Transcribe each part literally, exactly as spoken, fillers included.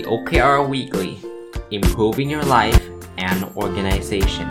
โอ เค อาร์ Weekly Improving Your Life and Organization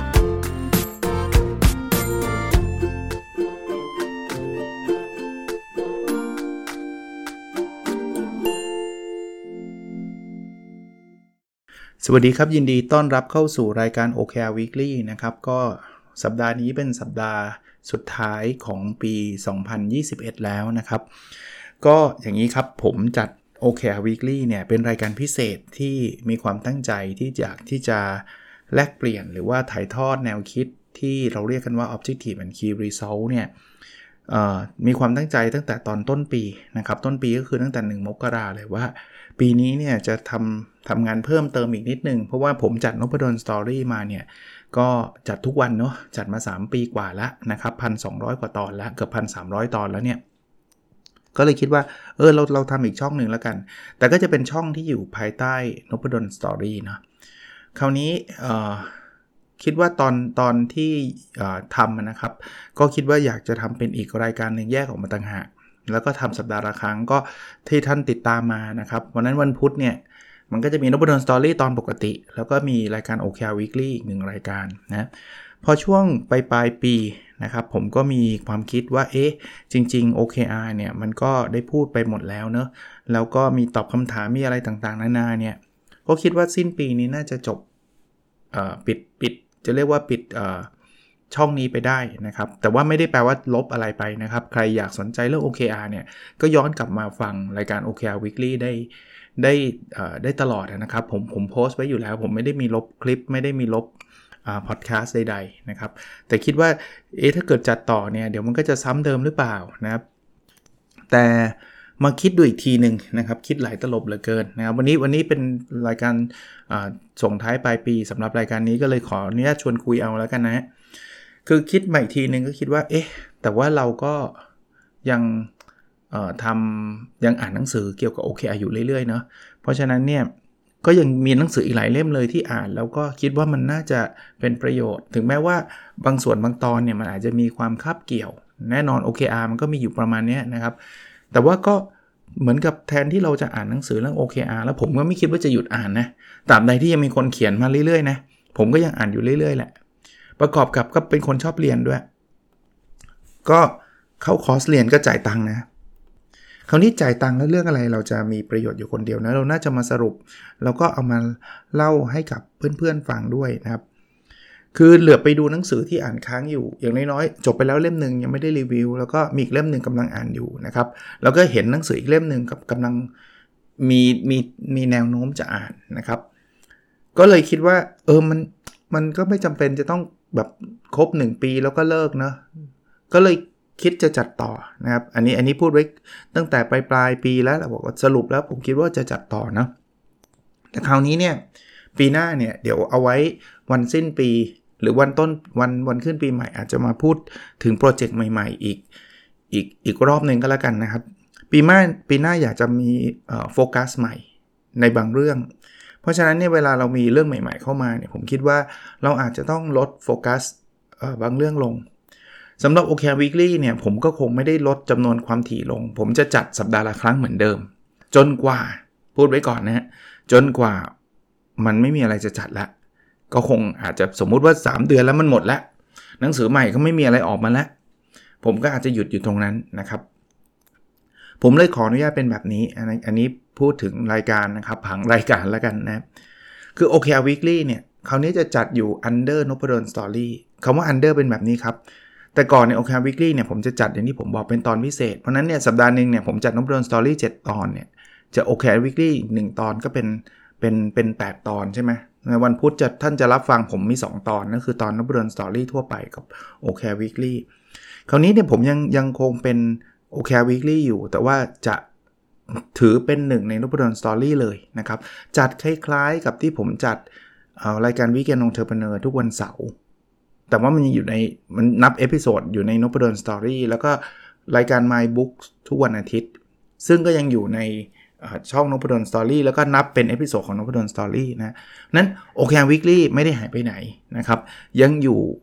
สวัสดีครับยินดีต้อนรับเข้าสู่รายการ โอ เค อาร์ Weekly นะครับก็สัปดาห์นี้เป็นสัปดาห์สุดท้ายของปีสองพันยี่สิบเอ็ดแล้วนะครับก็อย่างนี้ครับผมจัด โอ เค อาร์ Weekly เนี่ยเป็นรายการพิเศษที่มีความตั้งใจที่อยากที่จะแลกเปลี่ยนหรือว่าถ่ายทอดแนวคิดที่เราเรียกกันว่า Objective and Key Result เนี่ยมีความตั้งใจตั้งแต่ตอนต้นปีนะครับต้นปีก็คือตั้งแต่หนึ่งมกราเลยว่าปีนี้เนี่ยจะทำทำงานเพิ่มเติมอีกนิดนึงเพราะว่าผมจัดนพดลสตอรี่มาเนี่ยก็จัดทุกวันเนาะจัดมาสามปีกว่าแล้วนะครับ หนึ่งพันสองร้อย กว่าตอนแล้วเกือบ หนึ่งพันสามร้อย ตอนแล้วเนี่ยก็เลยคิดว่าเออเราเราทำอีกช่องหนึ่งแล้วกันแต่ก็จะเป็นช่องที่อยู่ภายใต้นพดลสตอรี่เนาะคราวนี้เอ่อคิดว่าตอนตอนที่ทำนะครับก็คิดว่าอยากจะทำเป็นอีกรายการหนึ่งแยกออกมาต่างหากแล้วก็ทำสัปดาห์ละครั้งก็ที่ท่านติดตามมานะครับวันนั้นวันพุธเนี่ยมันก็จะมีนพดลสตอรี่ตอนปกติแล้วก็มีรายการ โอ เค อาร์ Weekly อีกหนึ่งรายการนะพอช่วงปลายปลายปีนะครับผมก็มีความคิดว่าเอ๊ะจริงๆ โอ เค อาร์ เนี่ยมันก็ได้พูดไปหมดแล้วเนอะแล้วก็มีตอบคำถามมีอะไรต่างๆนานาเนี่ยก็คิดว่าสิ้นปีนี้น่าจะจบเอ่อปิดปิดจะเรียกว่าปิดเอ่อช่องนี้ไปได้นะครับแต่ว่าไม่ได้แปลว่าลบอะไรไปนะครับใครอยากสนใจเรื่อง โอ เค อาร์ เนี่ยก็ย้อนกลับมาฟังรายการ โอ เค อาร์ Weekly ได้ได้ได้ตลอดนะครับผมผมโพสต์ไว้อยู่แล้วผมไม่ได้มีลบคลิปไม่ได้มีลบอ่าพอดแคสต์ใดๆนะครับแต่คิดว่าเอ๊ะถ้าเกิดจัดต่อเนี่ยเดี๋ยวมันก็จะซ้ำเดิมหรือเปล่านะครับแต่มาคิดดูอีกทีนึงนะครับคิดหลายตลบเหลือเกินนะครับวันนี้วันนี้เป็นรายการส่งท้ายปลายปีสำหรับรายการนี้ก็เลยขออนุญาตชวนคุยเอาแล้วกันนะคือคิดใหม่ทีนึงก็คิดว่าเอ๊ะแต่ว่าเราก็ยังเอ่อทำยังอ่านหนังสือเกี่ยวกับ โอ เค อาร์ อยู่เรื่อยๆเนาะเพราะฉะนั้นเนี่ยก็ยังมีหนังสืออีกหลายเล่มเลยที่อ่านแล้วก็คิดว่ามันน่าจะเป็นประโยชน์ถึงแม้ว่าบางส่วนบางตอนเนี่ยมันอาจจะมีความคาบเกี่ยวแน่นอน โอ เค อาร์ มันก็มีอยู่ประมาณนี้นะครับแต่ว่าก็เหมือนกับแทนที่เราจะอ่านหนังสือเรื่อง โอ เค อาร์ แล้วผมก็ไม่คิดว่าจะหยุดอ่านนะตราบใดที่ยังมีคนเขียนมาเรื่อยๆนะผมก็ยังอ่านอยู่เรื่อยๆแหละประกอบกับก็เป็นคนชอบเรียนด้วยก็เข้าคอร์สเรียนก็จ่ายตังค์นะคราวนี้จ่ายตังค์แล้วเรื่องอะไรเราจะมีประโยชน์อยู่คนเดียวนะเราน่าจะมาสรุปแล้วก็เอามาเล่าให้กับเพื่อนๆฟังด้วยนะครับคือเหลือไปดูหนังสือที่อ่านค้างอยู่อย่างน้อยๆจบไปแล้วเล่มนึงยังไม่ได้รีวิวแล้วก็มีอีกเล่มนึงกำลังอ่านอยู่นะครับแล้วก็เห็นหนังสืออีกเล่มนึงกับกำลังมีมีมีแนวโน้มจะอ่านนะครับก็เลยคิดว่าเออมันมันก็ไม่จำเป็นจะต้องแบบครบหนึ่งปีแล้วก็เลิกเนาะก็เลยคิดจะจัดต่อนะครับอันนี้อันนี้พูดไว้ตั้งแต่ปลายปลายปีแล้วบอกว่าสรุปแล้วผมคิดว่าจะจัดต่อนะแต่คราวนี้เนี่ยปีหน้าเนี่ยเดี๋ยวเอาไว้วันสิ้นปีหรือวันต้นวันวันขึ้นปีใหม่อาจจะมาพูดถึงโปรเจกต์ใหม่ๆอีกอีกอีกรอบนึงก็แล้วกันนะครับปีหน้าปีหน้าอยากจะมีเอ่อโฟกัสใหม่ในบางเรื่องเพราะฉะนั้นเนี่ยเวลาเรามีเรื่องใหม่ๆเข้ามาเนี่ยผมคิดว่าเราอาจจะต้องลดโฟกัสเอ่อบางเรื่องลงสำหรับ โอ เค อาร์ Weekly เนี่ยผมก็คงไม่ได้ลดจำนวนความถี่ลงผมจะจัดสัปดาห์ละครั้งเหมือนเดิมจนกว่าพูดไว้ก่อนนะฮะจนกว่ามันไม่มีอะไรจะจัดละก็คงอาจจะสมมุติว่าสามเดือนแล้วมันหมดแล้วหนังสือใหม่ก็ไม่มีอะไรออกมาแล้วผมก็อาจจะหยุดอยู่ตรงนั้นนะครับผมเลยขออนุญาตเป็นแบบนี้อันนี้อันนี้พูดถึงรายการนะครับผังรายการแล้วกันนะคือ โอ เค อาร์ Weekly เนี่ยคราวนี้จะจัดอยู่ under นพดล Story คำว่า under เป็นแบบนี้ครับแต่ก่อนใน โอ เค อาร์ Weekly เนี่ยผมจะจัดอย่างที่ผมบอกเป็นตอนพิเศษเพราะนั้นเนี่ยสัปดาห์นึงเนี่ยผมจัดนพดล Story เจ็ดตอนเนี่ยจะ โอ เค อาร์ Weekly อีกหนึ่งตอนก็เป็นเป็นเป็นแปดตอนใช่ไหมในวันพุธจะท่านจะรับฟังผมมีสองตอนนั่นคือตอนนพดล Story ทั่วไปกับ โอ เค อาร์ Weekly คราวนี้เนี่ยผมยังยังคงเป็น โอ เค อาร์ Weekly อยู่แต่ว่าจะถือเป็นหนึ่งในนพดล Story เลยนะครับจัดคล้ายๆกับที่ผมจัดรายการ Weekend Entrepreneur ทุกวันเสาร์แต่ว่ามันอยู่ในมันนับเอพิโซดอยู่ในนพดล Story แล้วก็รายการ My Books ทุกวันอาทิตย์ซึ่งก็ยังอยู่ในช่องนพดล Story แล้วก็นับเป็นเอพิโซดของนพดล Story นะนั้น โอ เค อาร์ Weekly ไม่ได้หายไปไหนนะครับยังอยู่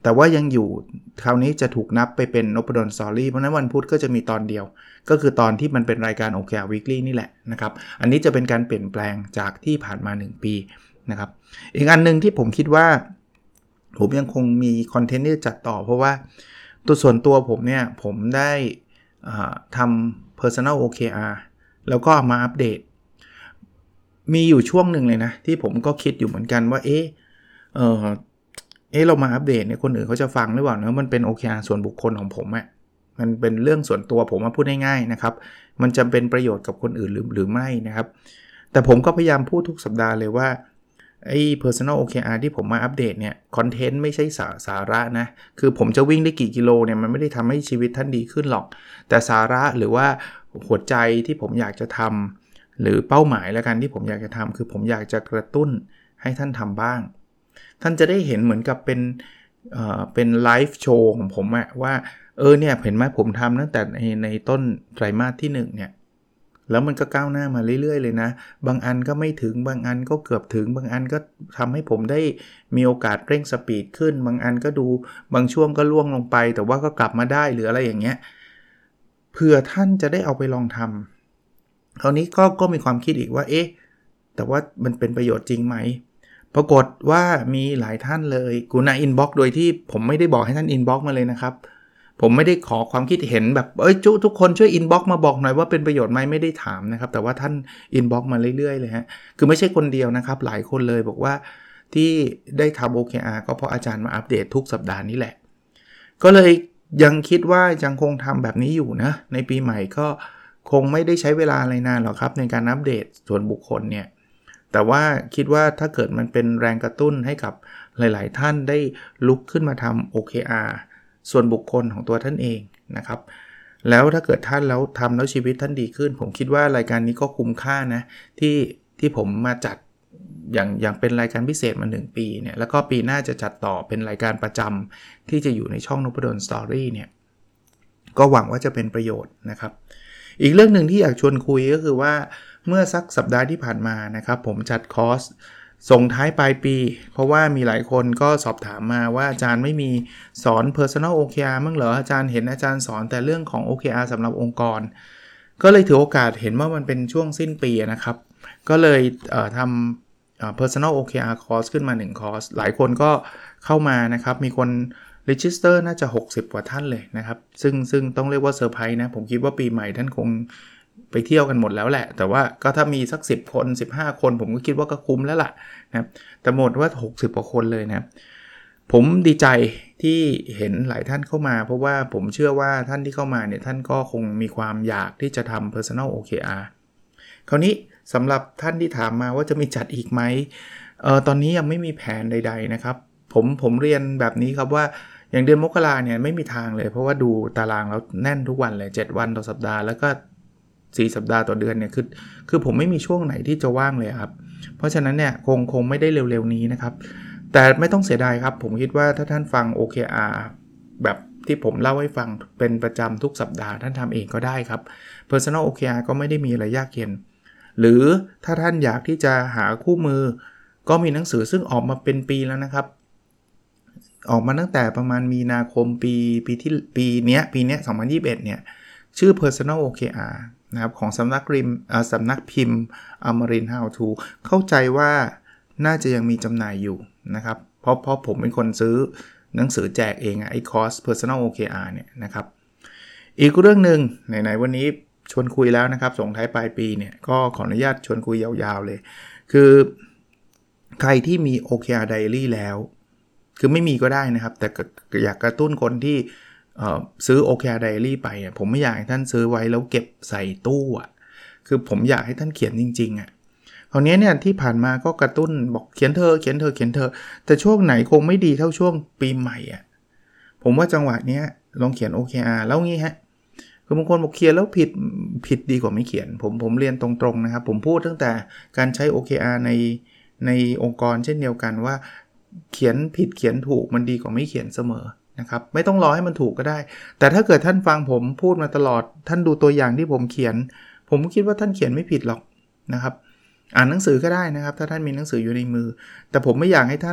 แต่ว่ายังอยู่คราวนี้จะถูกนับไปเป็นนพดลสตอรี่เพราะนั้นวันพุธก็จะมีตอนเดียวก็คือตอนที่มันเป็นรายการ โอ เค อาร์ Weekly นี่แหละนะครับอันนี้จะเป็นการเปลี่ยนแปลงจากที่ผ่านมาหนึ่งปีนะครับอีกอันนึงที่ผมคิดว่าผมยังคงมีคอนเทนต์ที่จะจัดต่อเพราะว่าตัวส่วนตัวผมเนี่ยผมได้ทำ Personal โอ เค อาร์ แล้วก็มาอัปเดตมีอยู่ช่วงหนึ่งเลยนะที่ผมก็คิดอยู่เหมือนกันว่าเอ๊ะเออเอ๊ะเรามาอัปเดตเนี่ยคนอื่นเขาจะฟังหรือเปล่าเนอะมันเป็น โอ เค อาร์ ส่วนบุคคลของผมอะมันเป็นเรื่องส่วนตัวผมมาพูดง่ายๆนะครับมันจะเป็นประโยชน์กับคนอื่นหรือหรือไม่นะครับแต่ผมก็พยายามพูดทุกสัปดาห์เลยว่าไอ้ Personal โอ เค อาร์ ที่ผมมาอัปเดตเนี่ยคอนเทนต์ไม่ใช่สาสาระนะคือผมจะวิ่งได้กี่กิโลเนี่ยมันไม่ได้ทำให้ชีวิตท่านดีขึ้นหรอกแต่สาระหรือว่าหัวใจที่ผมอยากจะทำหรือเป้าหมายแล้วกันที่ผมอยากจะทำคือผมอยากจะกระตุ้นให้ท่านทำบ้างท่านจะได้เห็นเหมือนกับเป็นเอ่อเป็นไลฟ์โชว์ของผมอะว่าเออเนี่ยเห็นไหมผมทำตั้งแต่ในในต้นไตรมาสที่หนึ่งเนี่ยแล้วมันก็ก้าวหน้ามาเรื่อยๆเลยนะบางอันก็ไม่ถึงบางอันก็เกือบถึงบางอันก็ทำให้ผมได้มีโอกาสเร่งสปีดขึ้นบางอันก็ดูบางช่วงก็ล่วงลงไปแต่ว่าก็กลับมาได้หรืออะไรอย่างเงี้ยเพื่อท่านจะได้เอาไปลองทำคราวนี้ก็ก็มีความคิดอีกว่าเอ๊ะแต่ว่ามันเป็นประโยชน์จริงไหมปรากฏว่ามีหลายท่านเลยกูน่าอินบ็อกซ์โดยที่ผมไม่ได้บอกให้ท่านอินบ็อกซ์มาเลยนะครับผมไม่ได้ขอความคิดเห็นแบบเอ้ยทุกคนช่วยอินบ็อกซ์มาบอกหน่อยว่าเป็นประโยชน์ไหมไม่ได้ถามนะครับแต่ว่าท่านอินบ็อกซ์มาเรื่อยๆเลยฮะคือไม่ใช่คนเดียวนะครับหลายคนเลยบอกว่าที่ได้ทำ โอ เค อาร์ ก็เพราะอาจารย์มาอัปเดตทุกสัปดาห์นี้แหละก็เลยยังคิดว่ายังคงทำแบบนี้อยู่นะในปีใหม่ก็คงไม่ได้ใช้เวลาอะไรนานหรอกครับในการอัปเดตส่วนบุคคลเนี่ยแต่ว่าคิดว่าถ้าเกิดมันเป็นแรงกระตุ้นให้กับหลายๆท่านได้ลุกขึ้นมาทำ โอ เค อาร์ ส่วนบุคคลของตัวท่านเองนะครับแล้วถ้าเกิดท่านแล้วทำแล้วชีวิตท่านดีขึ้นผมคิดว่ารายการนี้ก็คุ้มค่านะที่ที่ผมมาจัดอย่างอย่างเป็นรายการพิเศษมาหนึ่งปีเนี่ยแล้วก็ปีหน้าจะจัดต่อเป็นรายการประจำที่จะอยู่ในช่องนพดลสตอรี่เนี่ยก็หวังว่าจะเป็นประโยชน์นะครับอีกเรื่องหนึ่งที่อยากชวนคุยก็คือว่าเมื่อสักสัปดาห์ที่ผ่านมานะครับผมจัดคอร์สส่งท้ายปลายปีเพราะว่ามีหลายคนก็สอบถามมาว่าอาจารย์ไม่มีสอน Personal โอ เค อาร์ มั้งเหรออาจารย์เห็นอาจารย์สอนแต่เรื่องของ โอ เค อาร์ สำหรับองค์กรก็เลยถือโอกาสเห็นว่ามันเป็นช่วงสิ้นปีนะครับก็เลยเอ่อทำเอ่อ Personal โอ เค อาร์ course ขึ้นมาหนึ่งคอร์สหลายคนก็เข้ามานะครับมีคน register น่าจะหกสิบกว่าท่านเลยนะครับซึ่งซึ่งต้องเรียกว่าเซอร์ไพรส์นะผมคิดว่าปีใหม่ท่านคงไปเที่ยวกันหมดแล้วแหละแต่ว่าก็ถ้ามีสักสิบคนสิบห้าคนผมก็คิดว่าก็คุ้มแล้วล่ะนะแต่หมดว่าหกสิบกว่าคนเลยนะผมดีใจที่เห็นหลายท่านเข้ามาเพราะว่าผมเชื่อว่าท่านที่เข้ามาเนี่ยท่านก็คงมีความอยากที่จะทำ Personal โอ เค อาร์ คราวนี้สำหรับท่านที่ถามมาว่าจะมีจัดอีกไหมเอ่อตอนนี้ยังไม่มีแผนใดๆนะครับผมผมเรียนแบบนี้ครับว่าอย่างเดือนมกราเนี่ยไม่มีทางเลยเพราะว่าดูตารางแล้วแน่นทุกวันเลยเจ็ดวันต่อสัปดาห์แล้วก็สี่สัปดาห์ต่อเดือนเนี่ยคือคือผมไม่มีช่วงไหนที่จะว่างเลยครับเพราะฉะนั้นเนี่ยคงคงไม่ได้เร็วๆนี้นะครับแต่ไม่ต้องเสียดายครับผมคิดว่าถ้าท่านฟัง โอ เค อาร์ แบบที่ผมเล่าให้ฟังเป็นประจำทุกสัปดาห์ท่านทำเองก็ได้ครับ Personal โอ เค อาร์ ก็ไม่ได้มีอะไรยากเย็นหรือถ้าท่านอยากที่จะหาคู่มือก็มีหนังสือซึ่งออกมาเป็นปีแล้วนะครับออกมาตั้งแต่ประมาณมีนาคมปีปีที่ปีเนี้ยปีเนี้ยสองพันยี่สิบเอ็ดเนี่ยชื่อ Personal โอ เค อาร์ นะครับของสำนักริมสำนักพิมพ์ Amarin How To เข้าใจว่าน่าจะยังมีจำหน่ายอยู่นะครับเพราะเพราะผมเป็นคนซื้อหนังสือแจกเองไอ้คอร์ส Personal โอ เค อาร์ เนี่ยนะครับอีกเรื่องนึงไหนๆวันนี้ชวนคุยแล้วนะครับส่งท้ายปลายปีเนี่ยก็ขออนุญาตชวนคุยยาวๆเลยคือใครที่มี โอ เค อาร์ Diary แล้วคือไม่มีก็ได้นะครับแต่อยากกระตุ้นคนที่ซื้อ โอ เค อาร์ Diary ไปอ่ะผมไม่อยากให้ท่านซื้อไว้แล้วเก็บใส่ตู้อ่ะคือผมอยากให้ท่านเขียนจริงๆอ่ะคราวนี้เนี่ยที่ผ่านมาก็กระตุ้นบอกเขียนเธอเขียนเธอเขียนเธอแต่ช่วงไหนคงไม่ดีเท่าช่วงปีใหม่อ่ะผมว่าจังหวะนี้ลองเขียน โอ เค อาร์ แล้วงี้ฮะคือบางคนบอกเขียนแล้วผิดผิดดีกว่าไม่เขียนผมผมเรียนตรงๆนะครับผมพูดตั้งแต่การใช้ โอ เค อาร์ ในในองค์กรเช่นเดียวกันว่าเขียนผิดเขียนถูกมันดีกว่าไม่เขียนเสมอนะครับไม่ต้องรอให้มันถูกก็ได้แต่ถ้าเกิดท่านฟังผมพูดมาตลอดท่านดูตัวอย่างที่ผมเขียนผมคิดว่าท่านเขียนไม่ผิดหรอกนะครับอ่านหนังสือก็ได้นะครับถ้าท่านมีหนังสืออยู่ในมือแต่ผมไม่อยากให้ท่าน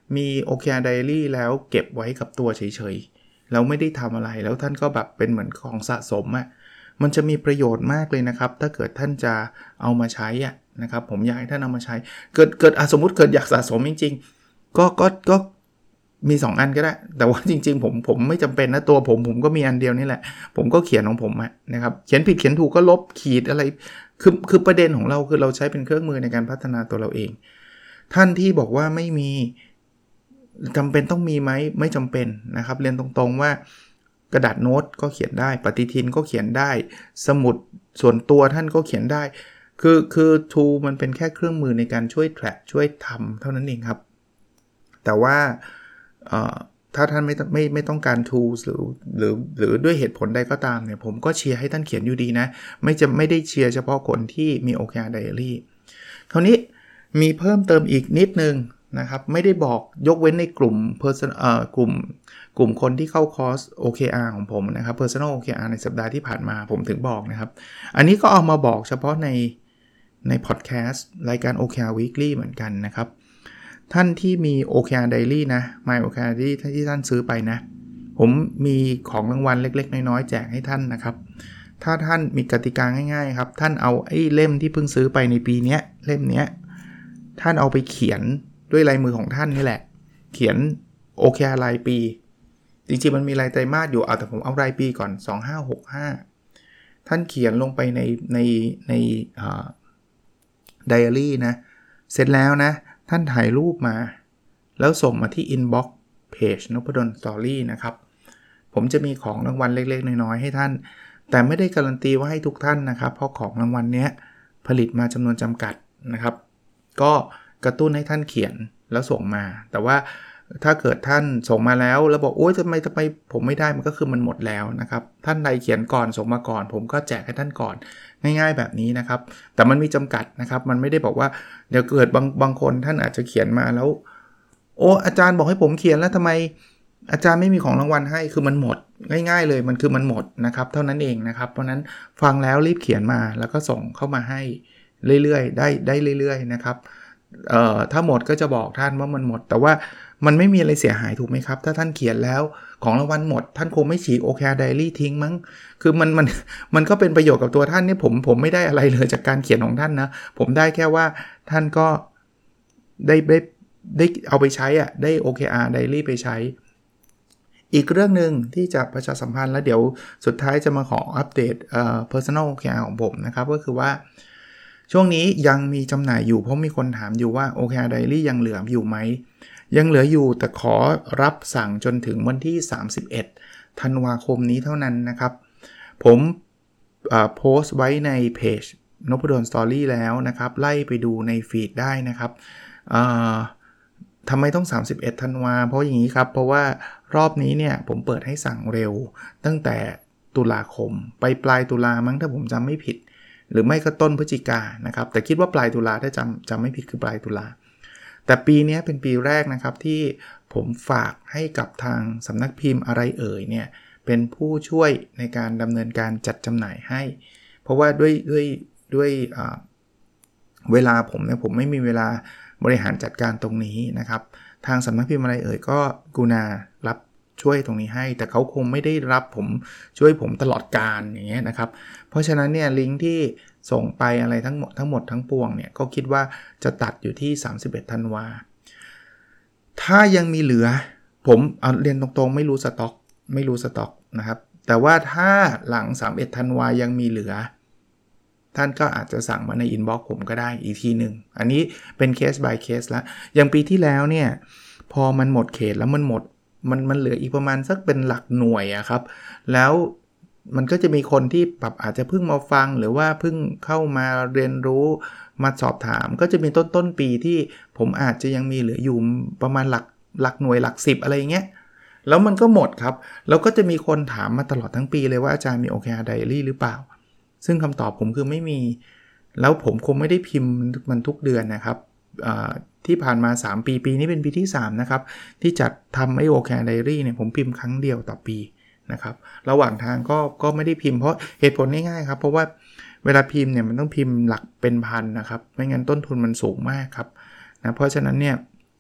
มี โอ เค อาร์ Diary แล้วเก็บไว้กับตัวเฉยๆแล้วไม่ได้ทำอะไรแล้วท่านก็แบบเป็นเหมือนของสะสมอะมันจะมีประโยชน์มากเลยนะครับถ้าเกิดท่านจะเอามาใช้อะนะครับผมอยากให้ท่านเอามาใช้เกิดเกิดสมมุติเกิดอยากสะสมจริงๆก็ก็ก็มีสองอันก็ได้แต่ว่าจริงๆผมผมไม่จำเป็นนะตัวผมผมก็มีอันเดียวนี่แหละผมก็เขียนของผมนะครับเขียนผิดเขียนถูกก็ลบขีดอะไรคือคือประเด็นของเราคือเราใช้เป็นเครื่องมือในการพัฒนาตัวเราเองท่านที่บอกว่าไม่มีจำเป็นต้องมีไหมไม่จำเป็นนะครับเรียนตรงๆว่ากระดาษโน้ตก็เขียนได้ปฏิทินก็เขียนได้สมุดส่วนตัวท่านก็เขียนได้คือคือ tool มันเป็นแค่เครื่องมือในการช่วย track ช่วยทำเท่านั้นเองครับแต่ว่าถ้าท่านไม่ไม่ไม่ต้องการ tools หรือหรือหรือด้วยเหตุผลใดก็ตามเนี่ยผมก็เชียร์ให้ท่านเขียนอยู่ดีนะไม่จะไม่ได้เชียร์เฉพาะคนที่มี โอ เค อาร์ Diary คราวนี้มีเพิ่มเติมอีกนิดนึงนะครับไม่ได้บอกยกเว้นในกลุ่ม person เอ่อกลุ่มกลุ่มคนที่เข้าคอร์ส โอ เค อาร์ ของผมนะครับ Personal โอ เค อาร์ ในสัปดาห์ที่ผ่านมาผมถึงบอกนะครับอันนี้ก็เอามาบอกเฉพาะในในพอดแคสต์รายการ โอ เค อาร์ Weekly เหมือนกันนะครับท่านที่มี โอ เค อาร์ Diary นะ My โอ เค อาร์ Diary ที่ท่านซื้อไปนะผมมีของรางวัลเล็กๆน้อยๆแจกให้ท่านนะครับถ้าท่านมีกติกาง่ายๆครับท่านเอาไอ้เล่มที่เพิ่งซื้อไปในปีนี้เล่มนี้ท่านเอาไปเขียนด้วยลายมือของท่านนี่แหละเขียน โอ เค อาร์ รายปีจริงๆมันมีรายไตรมาสอยู่เอาแต่ผมเอารายปีก่อนสองพันห้าร้อยหกสิบห้าท่านเขียนลงไปในในในอ่าไดอารี่นะเสร็จแล้วนะท่านถ่ายรูปมาแล้วส่งมาที่ inbox page นพดล Story นะครับผมจะมีของรางวัลเล็กๆน้อยๆให้ท่านแต่ไม่ได้การันตีว่าให้ทุกท่านนะครับเพราะของรางวัลเนี้ยผลิตมาจำนวนจำกัดนะครับก็กระตุ้นให้ท่านเขียนแล้วส่งมาแต่ว่าถ้าเกิดท่านส่งมาแล้วแล้วบอกโอ๊ยทำไมทำไมผมไม่ได้มันก็คือมันหมดแล้วนะครับท่านใดเขียนก่อนส่งมาก่อนผมก็แจกให้ท่านก่อนง่ายๆแบบนี้นะครับแต่มันมีจำกัดนะครับมันไม่ได้บอกว่าเดี๋ยวเกิดบางบางคนท่านอาจจะเขียนมาแล้วโอ้อาจารย์บอกให้ผมเขียนแล้วทำไมอาจารย์ไม่มีของรางวัลให้คือมันหมดง่ายๆเลยมันคือมันหมดนะครับเท่านั้นเองนะครับเพราะนั้นฟังแล้วรีบเขียนมาแล้วก็ส่งเข้ามาให้เรื่อยๆได้ได้เรื่อยๆนะครับเอ่อถ้าหมดก็จะบอกท่านว่ามันหมดแต่ว่ามันไม่มีอะไรเสียหายถูกไหมครับถ้าท่านเขียนแล้วของรางวัลหมดท่านคงไม่ฉีก โอ เค อาร์ Diary ทิ้งมั้งคือมันมันมันก็เป็นประโยชน์กับตัวท่านนี่ผมผมไม่ได้อะไรเลยจากการเขียนของท่านนะผมได้แค่ว่าท่านก็ได้ได้ได้เอาไปใช้อ่ะได้ โอ เค อาร์ Diary ไปใช้อีกเรื่องนึงที่จะประชาสัมพันธ์แล้วเดี๋ยวสุดท้ายจะมาขออัปเดตเอ่อ Personal โอ เค อาร์ ของผมนะครับก็คือว่าช่วงนี้ยังมีจำหน่ายอยู่เพราะมีคนถามอยู่ว่า โอ เค อาร์ Diary ยังเหลืออยู่ไหมยังเหลืออยู่แต่ขอรับสั่งจนถึงวันที่สามสิบเอ็ดธันวาคมนี้เท่านั้นนะครับผมโพสต์ไว้ในเพจนพดล Story แล้วนะครับไล่ไปดูในฟีดได้นะครับทำไมต้องสามสิบเอ็ดธันวาเพราะอย่างนี้ครับเพราะว่ารอบนี้เนี่ยผมเปิดให้สั่งเร็วตั้งแต่ตุลาคมไปปลายตุลามั้งถ้าผมจำไม่ผิดหรือไม่ก็ต้นพฤศจิกายนนะครับแต่คิดว่าปลายตุลาถ้าจำจำไม่ผิดคือปลายตุลาแต่ปีนี้เป็นปีแรกนะครับที่ผมฝากให้กับทางสำนักพิมพ์อะไรเอ่ยเนี่ยเป็นผู้ช่วยในการดำเนินการจัดจำหน่ายให้เพราะว่าด้วยด้วยด้วยเวลาผมเนี่ยผมไม่มีเวลาบริหารจัดการตรงนี้นะครับทางสำนักพิมพ์อะไรเอ่ยก็กรุณารับช่วยตรงนี้ให้แต่เขาคงไม่ได้รับผมช่วยผมตลอดการอย่างเงี้ยนะครับเพราะฉะนั้นเนี่ยลิงก์ที่ส่งไปอะไรทั้งหมดทั้งหมดทั้งปวงเนี่ยก็คิดว่าจะตัดอยู่ที่สามสิบเอ็ดธันวาถ้ายังมีเหลือผมเอาเรียนตรงๆไม่รู้สต็อกไม่รู้สต็อกนะครับแต่ว่าถ้าหลังสามสิบเอ็ดธันวายังมีเหลือท่านก็อาจจะสั่งมาในอินบ็อกซ์ผมก็ได้อีกทีนึงอันนี้เป็นเคส by เคสละอย่างปีที่แล้วเนี่ยพอมันหมดเขตแล้วมันหมดมันมันเหลืออีกประมาณสักเป็นหลักหน่วยอะครับแล้วมันก็จะมีคนที่แบบอาจจะเพิ่งมาฟังหรือว่าเพิ่งเข้ามาเรียนรู้มาสอบถามก็จะมีต้นต้นปีที่ผมอาจจะยังมีเหลืออยู่ประมาณหลักหลักหน่วยหลักสิบอะไรเงี้ยแล้วมันก็หมดครับแล้วก็จะมีคนถามมาตลอดทั้งปีเลยว่าอาจารย์มี โอ เค อาร์ Diary หรือเปล่าซึ่งคำตอบผมคือไม่มีแล้วผมคงไม่ได้พิมพ์มันทุกเดือนนะครับที่ผ่านมาสามปีปีนี้เป็นปีที่สามนะครับที่จัดทำไอ้ โอ เค อาร์ Diary เนี่ยผมพิมพ์ครั้งเดียวต่อปีนะครับระหว่างทางก็ก็ไม่ได้พิมพ์เพราะเหตุผลง่ายๆครับเพราะว่าเวลาพิมพ์เนี่ยมันต้องพิมพ์หลักเป็นพันนะครับไม่งั้นต้นทุนมันสูงมากครับนะเพราะฉะนั้นเนี่ย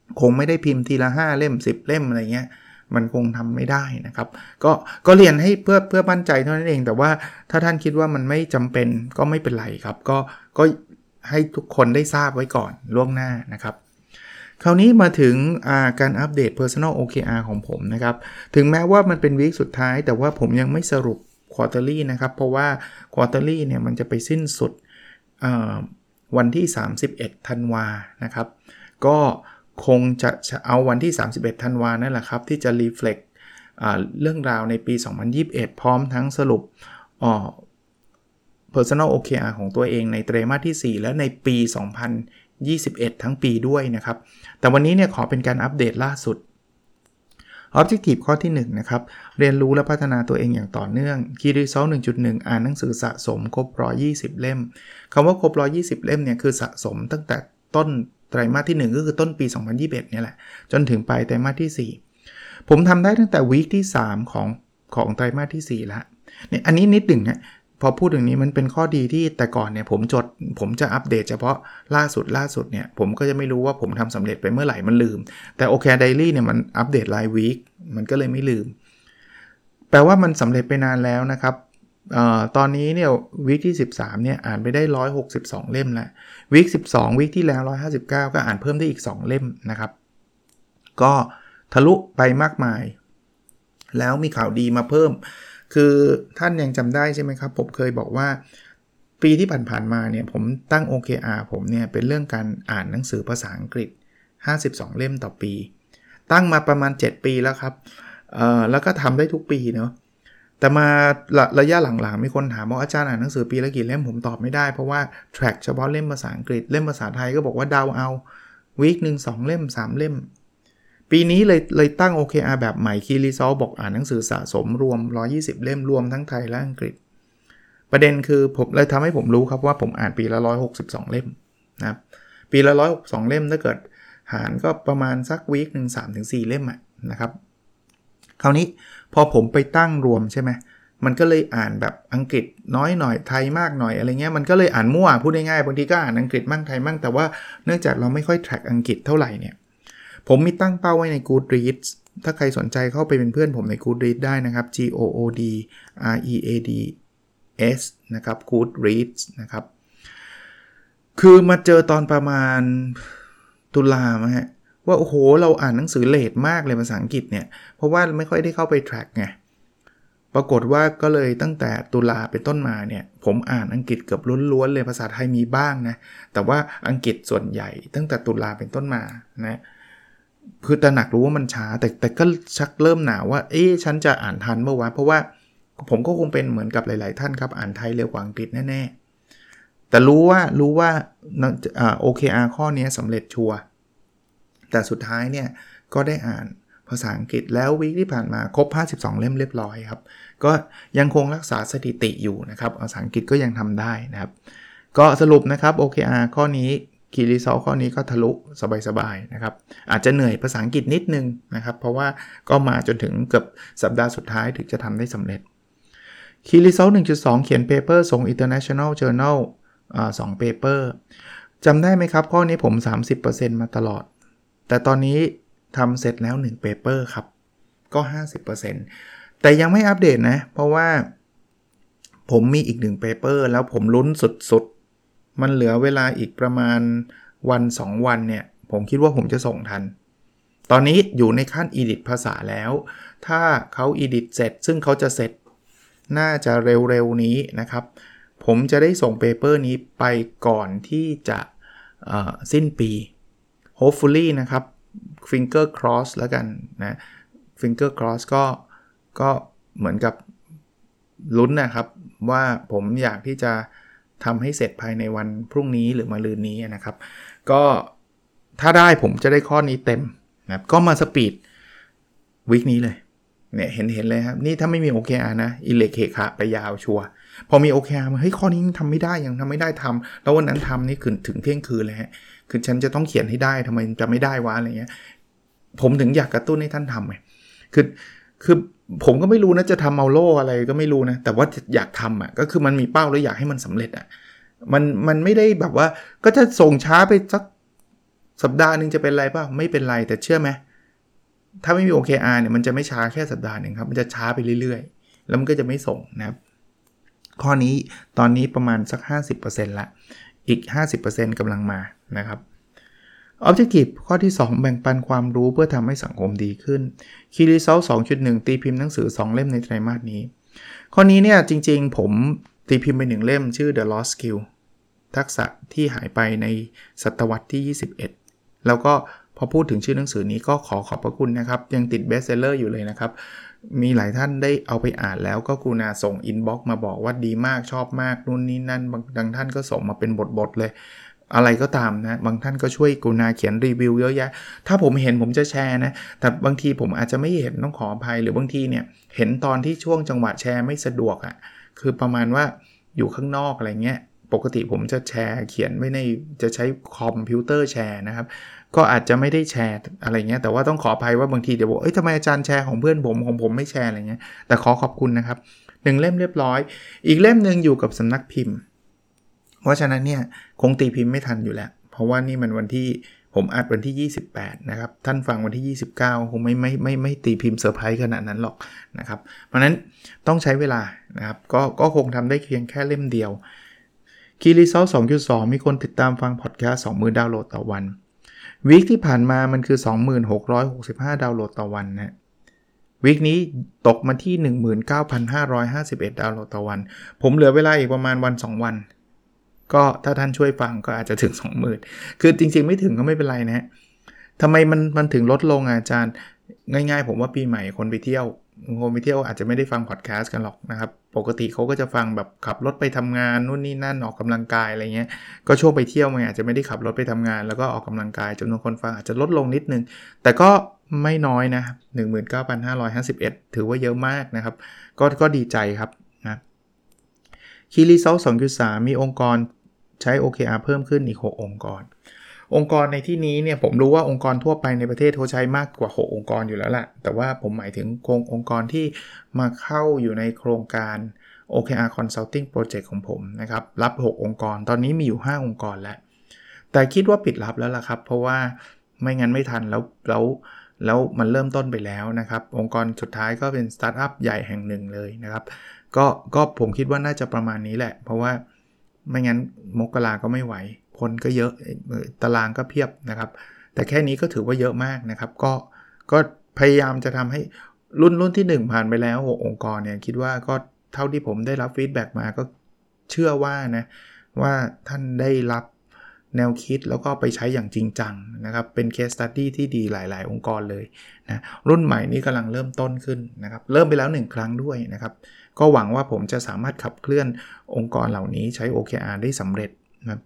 คงไม่ได้พิมพ์ทีละห้าเล่มสิบเล่มอะไรเงี้ยมันคงทำไม่ได้นะครับก็ก็เรียนให้เพื่อเพื่อมั่นใจเท่านั้นเองแต่ว่าถ้าท่านคิดว่ามันไม่จำเป็นก็ไม่เป็นไรครับก็ก็ให้ทุกคนได้ทราบไว้ก่อนล่วงหน้านะครับคราวนี้มาถึงการอัปเดต Personal โอ เค อาร์ ของผมนะครับถึงแม้ว่ามันเป็นวีคสุดท้ายแต่ว่าผมยังไม่สรุป Quarterly นะครับเพราะว่า Quarterly เนี่ยมันจะไปสิ้นสุดวันที่สามสิบเอ็ดธันวานะครับก็คงจะเอาวันที่สามสิบเอ็ดธันวานั่นแหละครับที่จะ reflect เรื่องราวในปีสองพันยี่สิบเอ็ดพร้อมทั้งสรุป Personal โอ เค อาร์ ของตัวเองในไตรมาสที่สี่และในปีสองพันยี่สิบเอ็ดทั้งปีด้วยนะครับแต่วันนี้เนี่ยขอเป็นการอัปเดตล่าสุด Objective ข้อที่หนึ่งนะครับเรียนรู้และพัฒนาตัวเองอย่างต่อเนื่อง Key Result หนึ่งจุดหนึ่ง อ่านหนังสือสะสมครบหนึ่งร้อยยี่สิบเล่มคำว่าครบหนึ่งร้อยยี่สิบเล่มเนี่ยคือสะสมตั้งแต่ต้นไตรมาสที่หนึ่งก็คือต้นปีสองพันยี่สิบเอ็ดเนี่ยแหละจนถึงปลายไตรมาสที่สี่ผมทำได้ตั้งแต่วีคที่สามของของไตรมาสที่สี่แล้วเนี่ยอันนี้นิดหนึ่งนะพอพูดถึงนี้มันเป็นข้อดีที่แต่ก่อนเนี่ยผมจดผมจะอัปเดตเฉพาะล่าสุดล่าสุดเนี่ยผมก็จะไม่รู้ว่าผมทำสำเร็จไปเมื่อไหร่มันลืมแต่ โอ เค อาร์ Diary เนี่ยมันอัปเดตรายวีคมันก็เลยไม่ลืมแปลว่ามันสำเร็จไปนานแล้วนะครับเอ่อตอนนี้เนี่ยวีคที่สิบสามเนี่ยอ่านไปได้หนึ่งร้อยหกสิบสองเล่มแล้ววีคสิบสองวีคที่แล้วหนึ่งร้อยห้าสิบเก้าก็อ่านเพิ่มได้อีกสองเล่มนะครับก็ทะลุไปมากมายแล้วมีข่าวดีมาเพิ่มคือท่านยังจำได้ใช่ไหมครับผมเคยบอกว่าปีที่ผ่านๆมาเนี่ยผมตั้ง โอ เค อาร์ ผมเนี่ยเป็นเรื่องการอ่านหนังสือภาษาอังกฤษห้าสิบสองเล่มต่อปีตั้งมาประมาณเจ็ดปีแล้วครับเอ่อแล้วก็ทำได้ทุกปีเนาะแต่มาระระยะหลังๆมีคนถามว่าอาจารย์อ่านหนังสือปีละกี่เล่มผมตอบไม่ได้เพราะว่า track เฉพาะเล่มภาษาอังกฤษเล่มภาษาไทยก็บอกว่าเดาเอาวีคนึงสองเล่มสามเล่มปีนี้เลยเลยตั้ง โอ เค อาร์ แบบใหม่ Key Result บอกอ่านหนังสือสะสมรวมหนึ่งร้อยยี่สิบเล่มรวมทั้งไทยและอังกฤษประเด็นคือผมเลยทำให้ผมรู้ครับว่าผมอ่านปีละหนึ่งร้อยหกสิบสองเล่มนะครับปีละหนึ่งร้อยหกสิบสองเล่มถ้าเกิดหารก็ประมาณสักวีคนึง สามถึงสี่ เล่มอ่ะนะครับคราวนี้พอผมไปตั้งรวมใช่ไหมมันก็เลยอ่านแบบอังกฤษน้อยหน่อยไทยมากหน่อยอะไรเงี้ยมันก็เลยอ่านมั่วพูดง่ายๆบางทีก็อ่านอังกฤษมั่งไทยมั่งแต่ว่าเนื่องจากเราไม่ค่อย track อังกฤษเท่าไหร่เนี่ยผมมีตั้งเป้าไว้ใน Goodreads ถ้าใครสนใจเข้าไปเป็นเพื่อนผมใน Goodreads ได้นะครับ G O O D R E A D S นะครับ Goodreads นะครับคือมาเจอตอนประมาณตุลามั้งฮะว่าโอ้โหเราอ่านหนังสือเลทมากเลยภาษาอังกฤษเนี่ยเพราะว่าไม่ค่อยได้เข้าไป track ไงปรากฏว่าก็เลยตั้งแต่ตุลาเป็นต้นมาเนี่ยผมอ่านอังกฤษเกือบล้วนๆเลยภาษาไทยมีบ้างนะแต่ว่าอังกฤษส่วนใหญ่ตั้งแต่ตุลาเป็นต้นมานะคือตระหนักรู้ว่ามันช้าแต่แต่ก็ชักเริ่มหนาวว่าเอ๊ะฉันจะอ่านทันเมื่อวานเพราะว่าผมก็คงเป็นเหมือนกับหลายๆท่านครับอ่านไทยเร็วกว่าอังกฤษแน่ๆแต่รู้ว่ารู้ว่าอ่า โอ เค อาร์ ข้อนี้สำเร็จชัวร์แต่สุดท้ายเนี่ยก็ได้อ่านภาษาอังกฤษแล้ววีคที่ผ่านมาครบห้าสิบสองเล่มเรียบร้อยครับก็ยังคงรักษาสถิติอยู่นะครับภาษาอังกฤษก็ยังทำได้นะครับก็สรุปนะครับ โอ เค อาร์ ข้อนี้Key Result ข้อนี้ก็ทะลุสบายๆนะครับอาจจะเหนื่อยภาษาอังกฤษนิดนึงนะครับเพราะว่าก็มาจนถึงเกือบสัปดาห์สุดท้ายถึงจะทำได้สำเร็จ Key Result หนึ่งจุดสอง เขียน paper ส่ง International Journal อ่าสอง paper จำได้ไหมครับข้อนี้ผม สามสิบเปอร์เซ็นต์ มาตลอดแต่ตอนนี้ทำเสร็จแล้วหนึ่ง paper ครับก็ ห้าสิบเปอร์เซ็นต์ แต่ยังไม่อัปเดตนะเพราะว่าผมมีอีกหนึ่ง paper แล้วผมลุ้นสุดๆมันเหลือเวลาอีกประมาณวันสองวันเนี่ยผมคิดว่าผมจะส่งทันตอนนี้อยู่ในขั้น edit ภาษาแล้วถ้าเขา edit เสร็จซึ่งเขาจะเสร็จน่าจะเร็วๆนี้นะครับผมจะได้ส่ง paper นี้ไปก่อนที่จะสิ้นปี hopefully นะครับ finger cross แล้วกันนะ finger cross ก็ก็เหมือนกับลุ้นนะครับว่าผมอยากที่จะทำให้เสร็จภายในวันพรุ่งนี้หรือมะรืนนี้นะครับก็ถ้าได้ผมจะได้ข้อนี้เต็มนะครับก็มาสปีดวีคนี้เลยเนี่ยเห็นเห็นเลยครับนี่ถ้าไม่มี โอ เค อาร์ นะอิเล็กเคคะไปยาวชัวร์พอมี โอ เค อาร์ มาเฮ้ยข้อนี้ทำไม่ได้ยังทำไม่ได้ทำแล้ววันนั้นทำนี่คือถึงเที่ยงคืนเลยฮะคือฉันจะต้องเขียนให้ได้ทำไมจะไม่ได้วะอะไรเงี้ยผมถึงอยากกระตุ้นให้ท่านทำไงคือคือผมก็ไม่รู้นะจะทำเอาโล่อะไรก็ไม่รู้นะแต่ว่าอยากทำอ่ะก็คือมันมีเป้าแล้วอยากให้มันสำเร็จอ่ะมันมันไม่ได้แบบว่าก็จะส่งช้าไปสักสัปดาห์นึงจะเป็นไรป่ะไม่เป็นไรแต่เชื่อไหมถ้าไม่มี โอ เค อาร์ เนี่ยมันจะไม่ช้าแค่สัปดาห์นึงครับมันจะช้าไปเรื่อยๆแล้วมันก็จะไม่ส่งนะครับข้อนี้ตอนนี้ประมาณสัก ห้าสิบเปอร์เซ็นต์ ละอีก ห้าสิบเปอร์เซ็นต์ กำลังมานะครับ Objective ข้อที่สองแบ่งปันความรู้เพื่อทำให้สังคมดีขึ้น Key Result สองจุดหนึ่ง ตีพิมพ์หนังสือสองเล่มในไตรมาสนี้ข้อนี้เนี่ยจริงๆผมตีพิมพ์ไปหนึ่งเล่มชื่อ The Lost Skill ทักษะที่หายไปในศตวรรษที่ยี่สิบเอ็ดแล้วก็พอพูดถึงชื่อหนังสือนี้ก็ขอขอบพระคุณนะครับยังติดเบสเซลเลอร์อยู่เลยนะครับมีหลายท่านได้เอาไปอ่านแล้วก็กรุณาส่งอินบ็อกซ์มาบอกว่าดีมากชอบมากนู่นนี่นั่นบางบางท่านก็ส่งมาเป็นบทๆเลยอะไรก็ตามนะบางท่านก็ช่วยกรุณาเขียนรีวิวเยอะแยะถ้าผมเห็นผมจะแชร์นะแต่บางทีผมอาจจะไม่เห็นต้องขออภัยหรือบางทีเนี่ยเห็นตอนที่ช่วงจังหวะแชร์ไม่สะดวกอ่ะคือประมาณว่าอยู่ข้างนอกอะไรเงี้ยปกติผมจะแชร์เขียนไว้ในจะใช้คอมพิวเตอร์แชร์นะครับก็อาจจะไม่ได้แชร์อะไรเงี้ยแต่ว่าต้องขออภัยว่าบางทีเดี๋ยวบอกเอ้ยทำไมอาจารย์แชร์ของเพื่อนผมของผมไม่แชร์อะไรเงี้ยแต่ขอขอบคุณนะครับหนึ่งเล่มเรียบร้อยอีกเล่มนึงอยู่กับสำนักพิมพ์เพราะฉะนั้นเนี่ยคงตีพิมพ์ไม่ทันอยู่แล้วเพราะว่านี่มันวันที่ผมอัดวันที่ยี่สิบแปดนะครับท่านฟังวันที่ยี่สิบเก้าคงไม่ไม่ไม่ไม่ตีพิมพ์เซอร์ไพรส์ขนาดนั้นหรอกนะครับเพราะนั้นต้องใช้เวลานะครับก็ก็คงทำได้เพียงแค่เล่มเดียว Key Result สองจุดสอง มีคนติดตามฟังพอดแคสต์ สองหมื่น ดาวน์โหลดต่อวันวีคที่ผ่านมามันคือ สองพันหกร้อยหกสิบห้า ดาวน์โหลดต่อวันนะวีคนี้ตกมาที่ หนึ่งหมื่นเก้าพันห้าร้อยห้าสิบเอ็ด ดาวน์โหลดต่อวันผมเหลือเวลาอีกประมาณวันสองวันก็ถ้าท่านช่วยฟังก็อาจจะถึง สองหมื่น คือจริงๆไม่ถึงก็ไม่เป็นไรนะทำไมมันมันถึงลดลงอาจารย์ง่ายๆผมว่าปีใหม่คนไปเที่ยวคนไปเที่ยวอาจจะไม่ได้ฟังพอดแคสต์กันหรอกนะครับปกติเขาก็จะฟังแบบขับรถไปทำงานนู่นนี่นั่นออกกำลังกายอะไรเงี้ยก็ช่วงไปเที่ยวมันอาจจะไม่ได้ขับรถไปทำงานแล้วก็ออกกำลังกายจำนวนคนฟังอาจจะลดลงนิดนึงแต่ก็ไม่น้อยนะ หนึ่งหมื่นเก้าพันห้าร้อยห้าสิบเอ็ด ถือว่าเยอะมากนะครับก็ก็ดีใจครับนะ Key Result สองจุดสาม มีองค์กรใช้ โอ เค อาร์ เพิ่มขึ้นอีกหกองค์กรองค์กรในที่นี้เนี่ยผมรู้ว่าองค์กรทั่วไปในประเทศเขาใช้มากกว่าหกองค์กรอยู่แล้วแหละแต่ว่าผมหมายถึงองค์กรที่มาเข้าอยู่ในโครงการ โอ เค อาร์ Consulting Project ของผมนะครับรับหกองค์กรตอนนี้มีอยู่ห้าองค์กรแล้วแต่คิดว่าปิดรับแล้วล่ะครับเพราะว่าไม่งั้นไม่ทันแล้วแล้วแล้วมันเริ่มต้นไปแล้วนะครับองค์กรสุดท้ายก็เป็นสตาร์ทอัพใหญ่แห่งหนึ่งเลยนะครับก็ก็ผมคิดว่าน่าจะประมาณนี้แหละเพราะว่าไม่งั้นมกราก็ไม่ไหวคนก็เยอะตารางก็เพียบนะครับแต่แค่นี้ก็ถือว่าเยอะมากนะครับก็ก็พยายามจะทำให้รุ่นรุ่นที่หนึ่งผ่านไปแล้วหกองค์กรเนี่ยคิดว่าก็เท่าที่ผมได้รับฟีดแบ็กมาก็เชื่อว่านะว่าท่านได้รับแนวคิดแล้วก็ไปใช้อย่างจริงจังนะครับเป็น case study ที่ดีหลายๆองค์กรเลยนะรุ่นใหม่นี้กำลังเริ่มต้นขึ้นนะครับเริ่มไปแล้วหนึ่งครั้งด้วยนะครับก็หวังว่าผมจะสามารถขับเคลื่อนองค์กรเหล่านี้ใช้ โอ เค อาร์ ได้สำเร็จนะครับ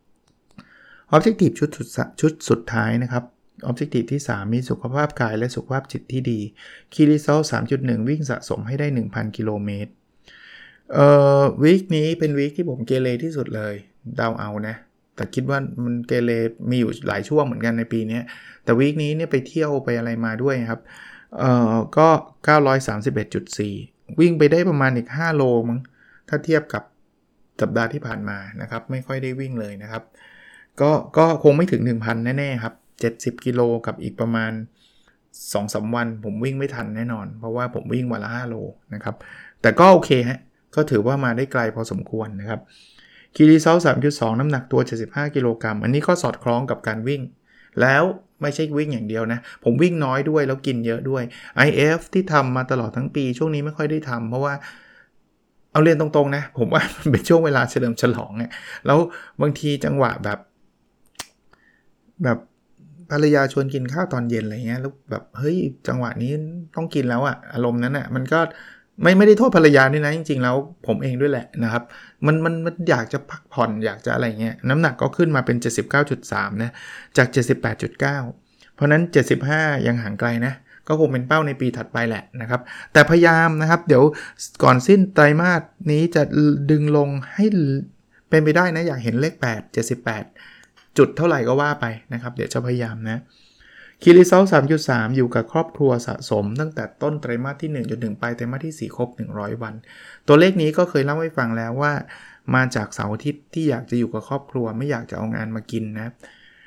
Objective ชุดสุดชุดสุดท้ายนะครับ Objective ที่สามมีสุขภาพกายและสุขภาพจิตที่ดี Key Result สามจุดหนึ่ง วิ่งสะสมให้ได้ หนึ่งพัน กิโลเมตรเอ่อวีคนี้เป็นวีคที่ผมเกเรที่สุดเลยเดาเอานะแต่คิดว่ามันเกเรมีอยู่หลายช่วงเหมือนกันในปีนี้แต่วีคนี้เนี่ยไปเที่ยวไปอะไรมาด้วยครับเอ่อก็ เก้าร้อยสามสิบเอ็ดจุดสี่ วิ่งไปได้ประมาณอีกห้าโลมั้งถ้าเทียบกับสัปดาห์ที่ผ่านมานะครับไม่ค่อยได้วิ่งเลยนะครับก็ก็คงไม่ถึง หนึ่งพัน แน่ๆครับเจ็ดสิบกิโลกับอีกประมาณ สองถึงสาม วันผมวิ่งไม่ทันแน่นอนเพราะว่าผมวิ่งวันละห้าโลนะครับแต่ก็โอเคฮะก็ถือว่ามาได้ไกลพอสมควรนะครับ Key Result สามจุดสอง น้ำหนักตัวเจ็ดสิบห้ากิโลกรัมอันนี้ก็สอดคล้องกับการวิ่งแล้วไม่ใช่วิ่งอย่างเดียวนะผมวิ่งน้อยด้วยแล้วกินเยอะด้วย ไอ เอฟ ที่ทำมาตลอดทั้งปีช่วงนี้ไม่ค่อยได้ทำเพราะว่าเอาเรียนตรงๆนะผมว่ามันเป็นช่วงเวลาเฉลิมฉลองเนี่ยแล้วบางทีจังหวะแบบแบบภรรยาชวนกินข้าวตอนเย็นอะไรเงี้ยแล้วแบบเฮ้ยจังหวะนี้ต้องกินแล้วอะอารมณ์นั้นอะมันก็ไม่ไม่ได้โทษภรรยาด้วยนะจริงๆแล้วผมเองด้วยแหละนะครับมันมันมันอยากจะพักผ่อนอยากจะอะไรเงี้ยน้ำหนักก็ขึ้นมาเป็น เจ็ดสิบเก้าจุดสาม นะจาก เจ็ดสิบแปดจุดเก้า เพราะนั้นเจ็ดสิบห้ายังห่างไกลนะก็คงเป็นเป้าในปีถัดไปแหละนะครับแต่พยายามนะครับเดี๋ยวก่อนสิ้นไตรมาสนี้จะดึงลงให้เป็นไปได้นะอยากเห็นเลขแปด เจ็ดสิบแปดจุดเท่าไหร่ก็ว่าไปนะครับเดี๋ยวจะพยายามนะ Key Result สามจุดสาม อยู่กับครอบครัวสะสมตั้งแต่ต้นไตรมาสที่หนึ่งจนถึงปลายไตรมาสที่สี่ครบหนึ่งร้อยวันตัวเลขนี้ก็เคยเล่าให้ฟังแล้วว่ามาจากเสาร์อาทิตย์ที่อยากจะอยู่กับครอบครัวไม่อยากจะเอางานมากินนะ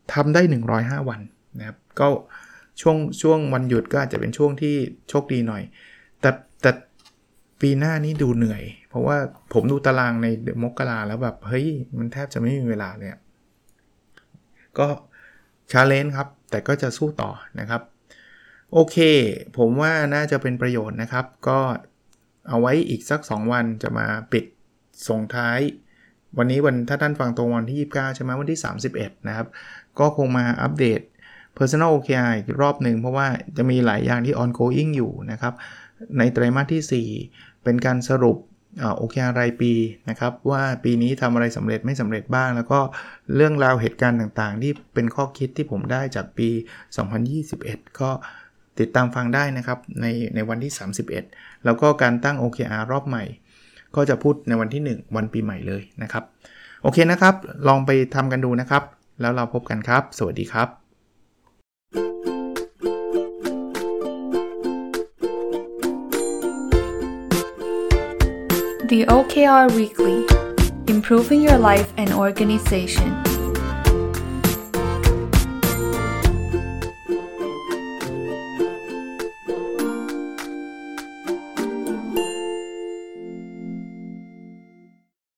ทำได้หนึ่งร้อยห้าวันนะครับก็ช่วงช่วงวันหยุดก็อาจจะเป็นช่วงที่โชคดีหน่อยแต่แต่ปีหน้านี้ดูเหนื่อยเพราะว่าผมดูตารางในมกราแล้วแบบเฮ้ยมันแทบจะไม่มีเวลาเลยก็ชาเลนจ์ครับแต่ก็จะสู้ต่อนะครับโอเคผมว่าน่าจะเป็นประโยชน์นะครับก็เอาไว้อีกสักสองวันจะมาปิดส่งท้ายวันนี้วันถ้าท่านฟังตรงวันที่ยี่สิบเก้าใช่ไหมวันที่สามสิบเอ็ดนะครับก็คงมาอัปเดต Personal โอ เค อาร์ อีกรอบนึงเพราะว่าจะมีหลายอย่างที่ ongoing อยู่นะครับในไตรมาสที่สี่เป็นการสรุปโอ เค อาร์ รายปีนะครับว่าปีนี้ทำอะไรสำเร็จไม่สำเร็จบ้างแล้วก็เรื่องราวเหตุการณ์ต่างๆที่เป็นข้อคิดที่ผมได้จากปีสองพันยี่สิบเอ็ดก็ติดตามฟังได้นะครับในในวันที่สามสิบเอ็ดแล้วก็การตั้ง โอ เค อาร์ รอบใหม่ก็จะพูดในวันที่หนึ่งวันปีใหม่เลยนะครับโอเคนะครับลองไปทำกันดูนะครับแล้วเราพบกันครับสวัสดีครับ The โอ เค อาร์ Weekly Improving Your Life and Organization